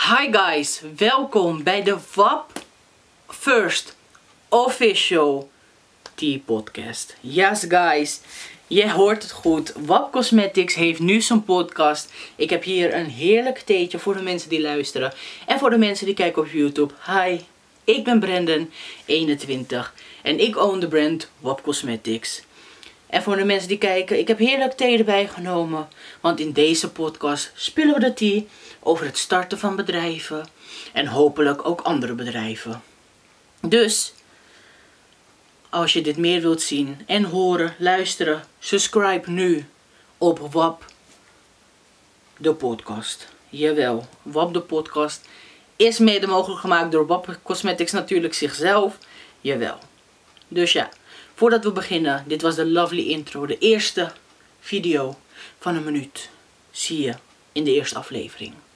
Hi guys, welkom bij de WAP First Official Tea Podcast. Yes guys, je hoort het goed. WAP Cosmetics heeft nu zijn podcast. Ik heb hier een heerlijk theetje voor de mensen die luisteren. En voor de mensen die kijken op YouTube. Hi, ik ben Brandon, 21. En ik own de brand WAP Cosmetics. En voor de mensen die kijken, ik heb heerlijk thee erbij genomen. Want in deze podcast spillen we de thee over het starten van bedrijven. En hopelijk ook andere bedrijven. Dus, als je dit meer wilt zien en horen, luisteren, subscribe nu op WAP de podcast. Jawel, WAP de podcast is mede mogelijk gemaakt door WAP Cosmetics natuurlijk zichzelf. Jawel. Dus ja. Voordat we beginnen, dit was de lovely intro, de eerste video van een minuut. Zie je in de eerste aflevering.